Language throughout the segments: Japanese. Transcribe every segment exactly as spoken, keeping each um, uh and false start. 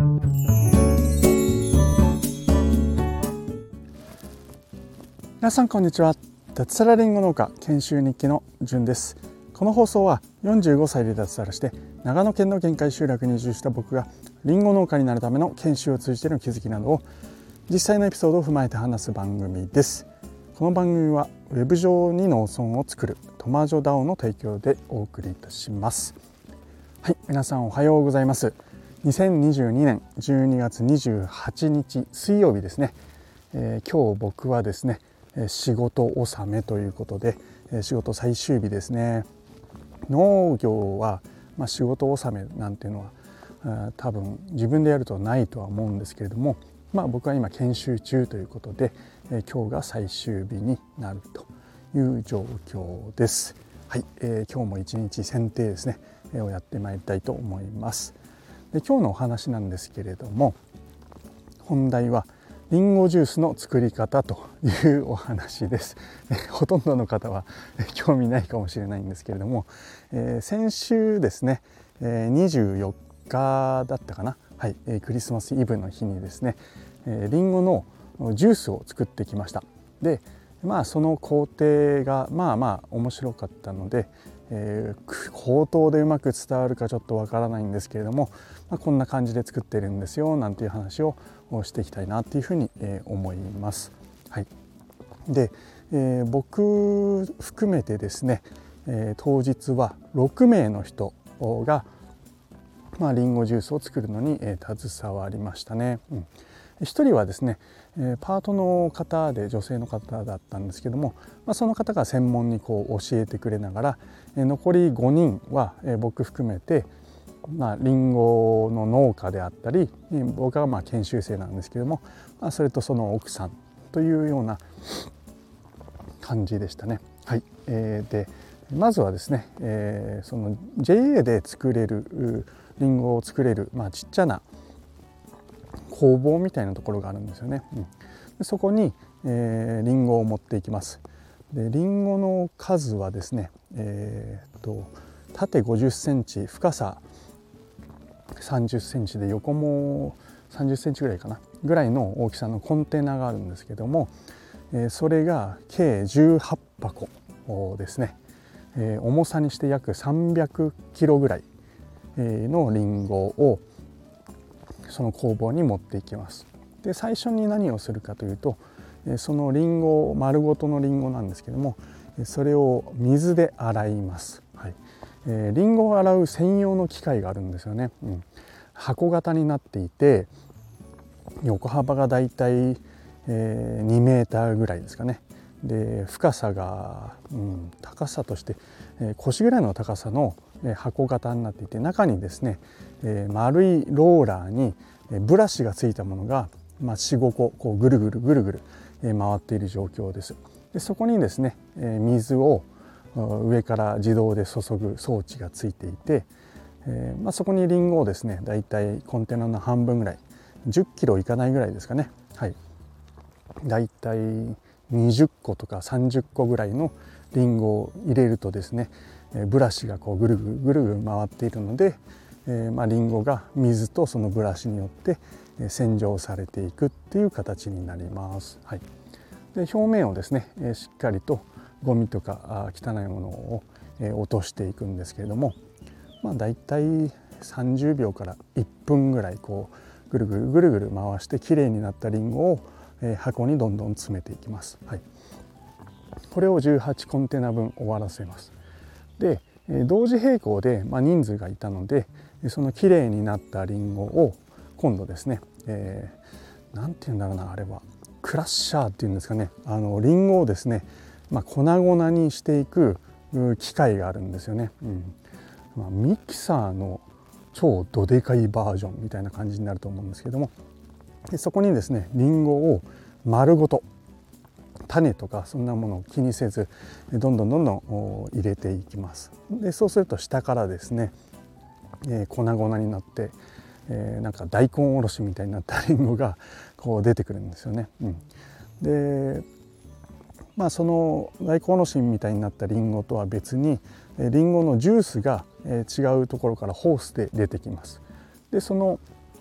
皆さんこんにちは。脱サラリンゴ農家研修日記のじゅんです。この放送はよんじゅうごさいで脱サラして長野県の限界集落に移住した僕がリンゴ農家になるための研修を通じての気づきなどを実際のエピソードを踏まえて話す番組です。この番組はウェブ上に農村を作るトマジョダオの提供でお送りいたします。はい、皆さんおはようございます。にせんにじゅうにねんじゅうにがつにじゅうはちにち水曜日ですね。えー、今日僕はですね仕事納めということで仕事最終日ですね。農業は、まあ、仕事納めなんていうのは多分自分でやるとないとは思うんですけれども、まあ、僕は今研修中ということで今日が最終日になるという状況です。はい、えー、今日も一日剪定ですねをやってまいりたいと思います。で今日のお話なんですけれども、本題はリンゴジュースの作り方というお話です。ほとんどの方は興味ないかもしれないんですけれども、えー、先週ですね、えー、にじゅうよっかだったかな、はい、えー、クリスマスイブの日にですね、えー、リンゴのジュースを作ってきました。で、まあその工程がまあまあ面白かったので、えー、口頭でうまく伝わるかちょっとわからないんですけれども、まあ、こんな感じで作ってるんですよなんていう話をしていきたいなっていうふうに思います。はい、で、えー、僕含めてですね、えー、当日はろくめいの人が、まあ、リンゴジュースを作るのに、えー、携わりましたね。うん、ひとりはですね、えー、パートの方で女性の方だったんですけども、まあ、その方が専門にこう教えてくれながら、えー、残りごにんは、えー、僕含めてまあ、リンゴの農家であったり、僕はまあ研修生なんですけども、まあ、それとその奥さんというような感じでしたね。はい、えー、でまずはですね、えー、その ジェイエー で作れるリンゴを作れる、まあ、ちっちゃな工房みたいなところがあるんですよね。うん、でそこに、えー、リンゴを持っていきます。でリンゴの数はですね、えー、と縦ごじゅっセンチ、深ささんじゅっセンチで横もさんじゅっセンチぐらいかなぐらいの大きさのコンテナがあるんですけども、えー、それが計じゅうはっぱこですね、えー、重さにして約さんびゃくキロぐらいのリンゴをその工房に持っていきます。で最初に何をするかというと、そのリンゴ丸ごとのリンゴなんですけども、それを水で洗います。はい、えー、リンゴを洗う専用の機械があるんですよね。うん、箱型になっていて横幅がだいたい、えー、にメーターぐらいですかね。で深さが、うん、高さとして、えー、腰ぐらいの高さの、えー、箱型になっていて、中にですね、えー、丸いローラーに、えー、ブラシがついたものが、まあ、よん、ごここうぐるぐるぐるぐる、えー、回っている状況です。でそこにですね、えー、水を上から自動で注ぐ装置がついていて、えーまあ、そこにリンゴをですねだいたいコンテナの半分ぐらいじゅっキロいかないぐらいですかね、はい、だいたいにじゅっことかさんじゅっこぐらいのリンゴを入れるとですね、ブラシがこうぐるぐるぐるぐる回っているので、えーまあ、リンゴが水とそのブラシによって洗浄されていくっていう形になります。はい、で表面をですねしっかりとゴミとか汚いものを落としていくんですけれども、まあ、だいたいさんじゅうびょうからいっぷんぐらいこうぐるぐるぐるぐる回してきれいになったリンゴを箱にどんどん詰めていきます。はい、これをじゅうはちコンテナ分終わらせます。で同時並行で、まあ、人数がいたのでそのきれいになったリンゴを今度ですね、えー、なんていうんだろうな、あれはクラッシャーっていうんですかね、あのリンゴをですねまあ、粉々にしていく機械があるんですよね。うんまあ、ミキサーの超どでかいバージョンみたいな感じになると思うんですけども、でそこにですねリンゴを丸ごと種とかそんなものを気にせずどんどんどんどん入れていきます。でそうすると下からですね、えー、粉々になって、えー、なんか大根おろしみたいになったリンゴがこう出てくるんですよね。うん、でまあ、その大根おろしみたいになったリンゴとは別にリンゴのジュースが違うところからホースで出てきます。でその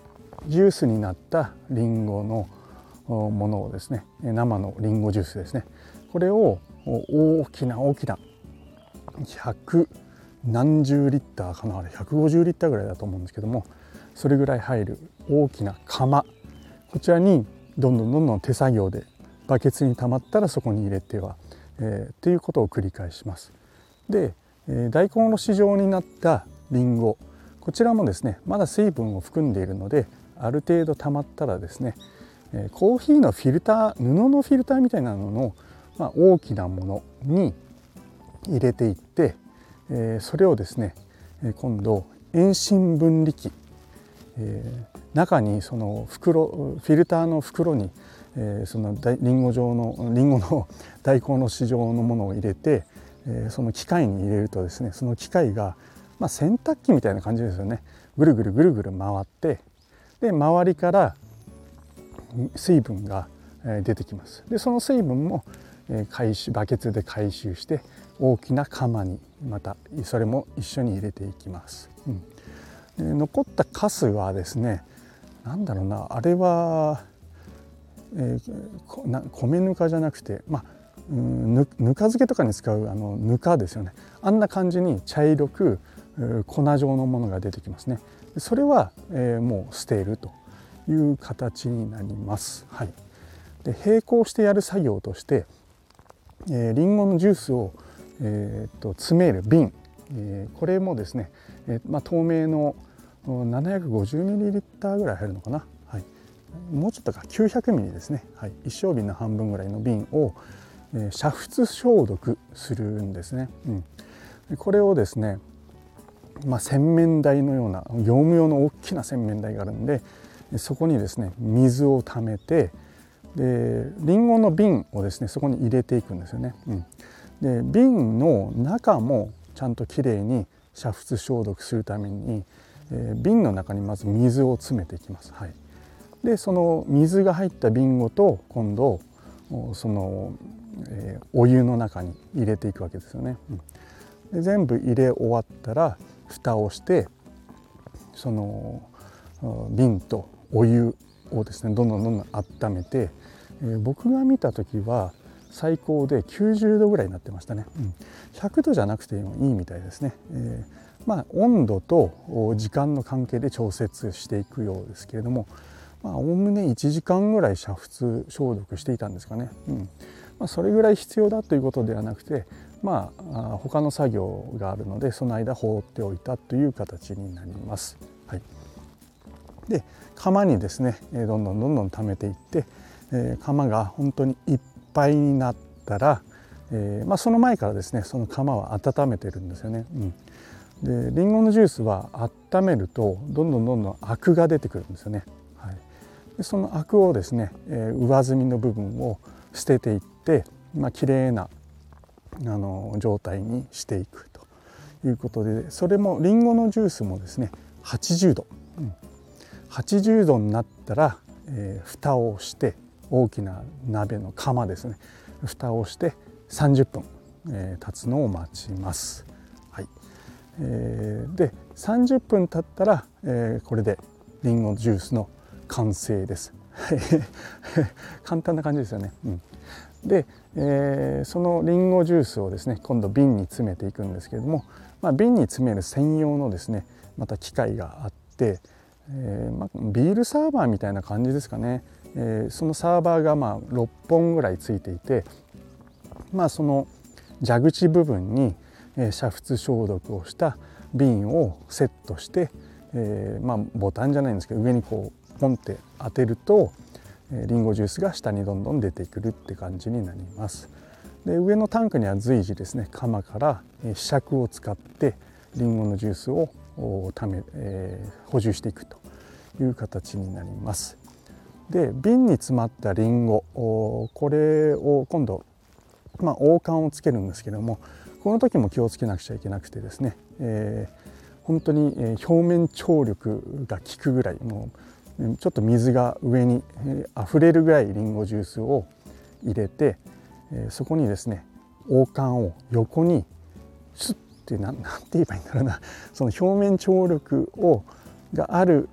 ジュースになったリンゴのものをですね、生のリンゴジュースですね、これを大きな大きなひゃくなんじゅうリッターかな、あれひゃくごじゅうリッターぐらいだと思うんですけども、それぐらい入る大きな釜、こちらにどんどんどんどん手作業でバケツに溜まったらそこに入れては、えー、っていうことを繰り返します。で、えー、大根おろし状になったリンゴ、こちらもですねまだ水分を含んでいるので、ある程度溜まったらですね、えー、コーヒーのフィルター、布のフィルターみたいなのの、まあ、大きなものに入れていって、えー、それをですね今度遠心分離機、えー、中にその袋、フィルターの袋に、えー、そのリンゴ状のリンゴの大根おろし状のものを入れて、えー、その機械に入れるとですね、その機械が、まあ、洗濯機みたいな感じですよね。ぐるぐるぐるぐる回って、で周りから水分が出てきます。でその水分も回収バケツで回収して大きな釜にまたそれも一緒に入れていきます。うん、で残ったカスはですね、なんだろうな、あれは、えー、な米ぬかじゃなくて、まあ、うんぬぬか漬けとかに使うあのぬかですよね。あんな感じに茶色く粉状のものが出てきますね。それは、えー、もう捨てるという形になります。はい、で並行してやる作業として、えー、リンゴのジュースを、えー、と詰める瓶、えー、これもですね、えーまあ、透明のななひゃくごじゅうミリリッターぐらい入るのかな、はい、もうちょっとかきゅうひゃくミリですね、はい、一升瓶の半分ぐらいの瓶を、えー、煮沸消毒するんですね。うん、これをですね、まあ、洗面台のような業務用の大きな洗面台があるんで、そこにですね水をためて、でリンゴの瓶をですねそこに入れていくんですよね。うん、で瓶の中もちゃんときれいに煮沸消毒するために、えー、瓶の中にまず水を詰めていきます。はい、でその水が入った瓶ごと今度その、えー、お湯の中に入れていくわけですよね。うん、で全部入れ終わったら蓋をして、その瓶とお湯をですねどんどんどんどん温めて、えー、僕が見た時は最高できゅうじゅうどぐらいになってましたね。うん、ひゃくどじゃなくてもいいみたいですね。えー、まあ温度と時間の関係で調節していくようですけれども、おおむねいちじかんぐらい煮沸消毒していたんですかね。うん、まあ、それぐらい必要だということではなくて、まあ他の作業があるのでその間放っておいたという形になります。はい、で釜にですねどんどんどんどん溜めていって、えー、釜が本当にいっぱいになったら、えーまあ、その前からですねその釜は温めてるんですよね。うん、でリンゴのジュースは温めるとどんどんどんどんアクが出てくるんですよね。はい、でそのアクをですね、えー、上澄みの部分を捨てていって、まあ綺麗なあの状態にしていくということで、それもリンゴのジュースもですねはちじゅうど、うん、はちじゅうどになったら、えー、蓋をして大きな鍋の釜ですね、蓋をしてさんじゅっぷん、えー、経つのを待ちます。はい、えー、でさんじゅっぷん経ったら、えー、これでリンゴジュースの完成です。簡単な感じですよね。うん、で、えー、そのリンゴジュースをですね今度瓶に詰めていくんですけれども、まあ、瓶に詰める専用のですねまた機械があって、えーまあ、ビールサーバーみたいな感じですかね。えー、そのサーバーがまあろっぽんぐらいついていて、まあ、その蛇口部分に煮沸消毒をした瓶をセットして、えーまあ、ボタンじゃないんですけど上にこうポンって当てるとリンゴジュースが下にどんどん出てくるって感じになります。で上のタンクには随時ですね釜からひしゃくを使ってリンゴのジュースをため、えー、補充していくという形になります。で瓶に詰まったリンゴ、これを今度、まあ、王冠をつけるんですけども、この時も気をつけなくちゃいけなくてですね、えー、本当に表面張力が効くぐらい、もうちょっと水が上に溢れるぐらいリンゴジュースを入れて、そこにですね王冠を横にスッて な, なんて言えばいいんだろうな、その表面張力をがある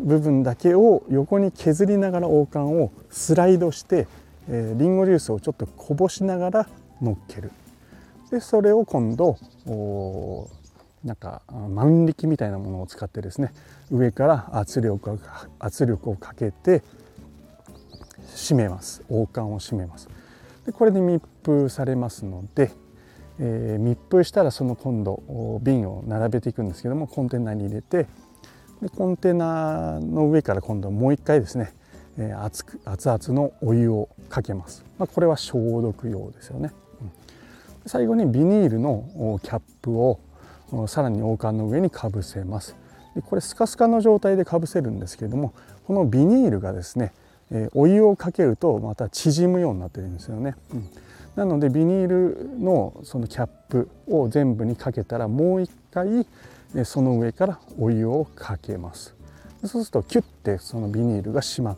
部分だけを横に削りながら王冠をスライドして、えー、リンゴジュースをちょっとこぼしながら乗っける。でそれを今度なんか万力みたいなものを使ってですね、上から圧力を圧力をかけて締めます。王冠を締めます。でこれで密封されますので、えー、密封したらその今度瓶を並べていくんですけども、コンテナに入れて、でコンテナの上から今度もう一回ですね、えー、熱く熱々のお湯をかけます。まあ、これは消毒用ですよね。うん、最後にビニールのキャップをさらに王冠の上にかぶせます。でこれスカスカの状態でかぶせるんですけれども、このビニールがですね、えー、お湯をかけるとまた縮むようになってるんですよね。うん、なのでビニールのそのキャップを全部にかけたら、もう一回その上からお湯をかけます。そうするとキュッてそのビニールが閉まって、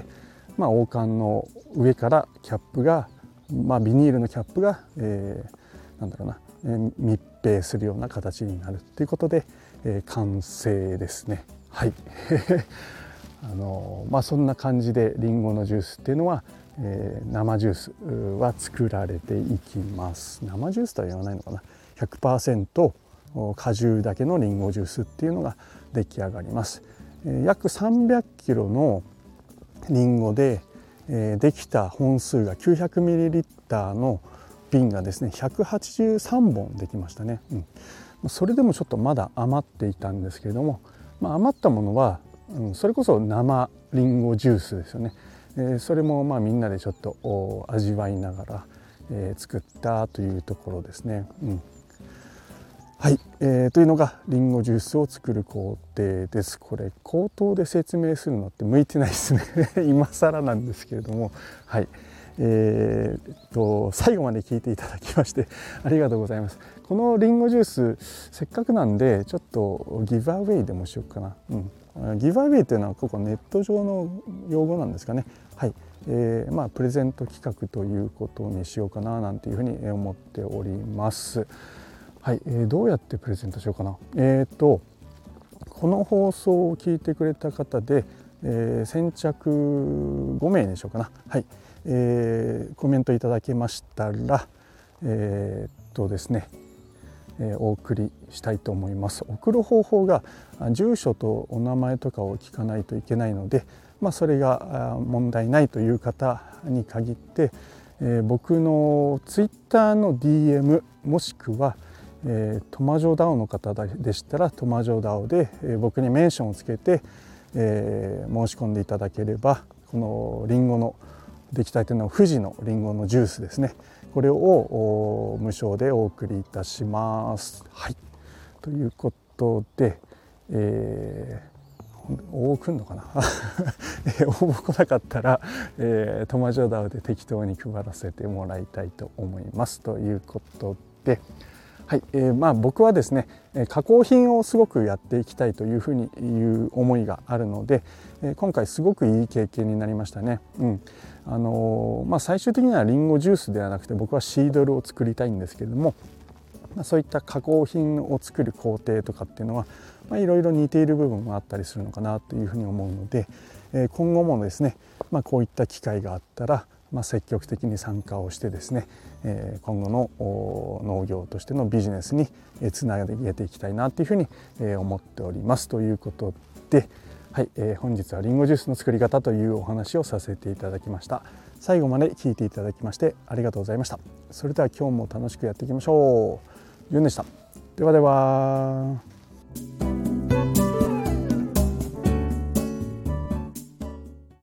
まあ、王冠の上からキャップが、まあ、ビニールのキャップが、えー、なんだろうな、えー、密閉するような形になるということで、えー、完成ですね。はいあのまあ、そんな感じでリンゴのジュースっていうのは、えー、生ジュースは作られていきます。生ジュースとは言わないのかな。 ひゃくパーセント 果汁だけのリンゴジュースっていうのが出来上がります。えー、約さんびゃくキロのリンゴで、えー、できた本数が きゅうひゃくミリリッター の瓶がですねひゃくはちじゅうさんぼんできましたね。うん、それでもちょっとまだ余っていたんですけれども、まあ、余ったものは、うん、それこそ生リンゴジュースですよね。えー、それもまあみんなでちょっと味わいながら、えー、作ったというところですね。うん、はい、えー、というのがリンゴジュースを作る工程です。これ口頭で説明するのって向いてないですね今更なんですけれども、はい、えー、っと最後まで聞いていただきましてありがとうございます。このリンゴジュースせっかくなんでちょっとギブアウェイでもしようかな。うん、ギブアウェイというのはここネット上の用語なんですかね。はい、えー、まあプレゼント企画ということにしようかななんていうふうに思っております。はい、えー、どうやってプレゼントしようかな。えっとこの放送を聞いてくれた方で、えー、先着ごめいにしようかな。はい、えー、コメントいただけましたら、えー、っとですね、えー、お送りしたいと思います。送る方法が住所とお名前とかを聞かないといけないので、まあ、それが問題ないという方に限って、えー、僕のツイッターの ディーエム もしくはえー、トマジョダオの方でしたらトマジョダオで、えー、僕にメンションをつけて、えー、申し込んでいただければ、このリンゴの出来たての富士のリンゴのジュースですね、これを無償でお送りいたします。はい、ということで、えー、応募来んのかな応募来なかったら、えー、トマジョダオで適当に配らせてもらいたいと思います。ということで、はい、えー、まあ僕はですね、加工品をすごくやっていきたいというふうにいう思いがあるので、今回すごくいい経験になりましたね。うん、あのー、まあ最終的にはリンゴジュースではなくて、僕はシードルを作りたいんですけれども、まあ、そういった加工品を作る工程とかっていうのは、まあ、いろいろ似ている部分があったりするのかなというふうに思うので、えー、今後もですね、まあ、こういった機会があったら、まあ、積極的に参加をしてですね、えー、今後の農業としてのビジネスにつなげていきたいなというふうに思っておりますということで、はい、えー、本日はリンゴジュースの作り方というお話をさせていただきました。最後まで聞いていただきましてありがとうございました。それでは今日も楽しくやっていきましょう。ゆんでした。ではでは。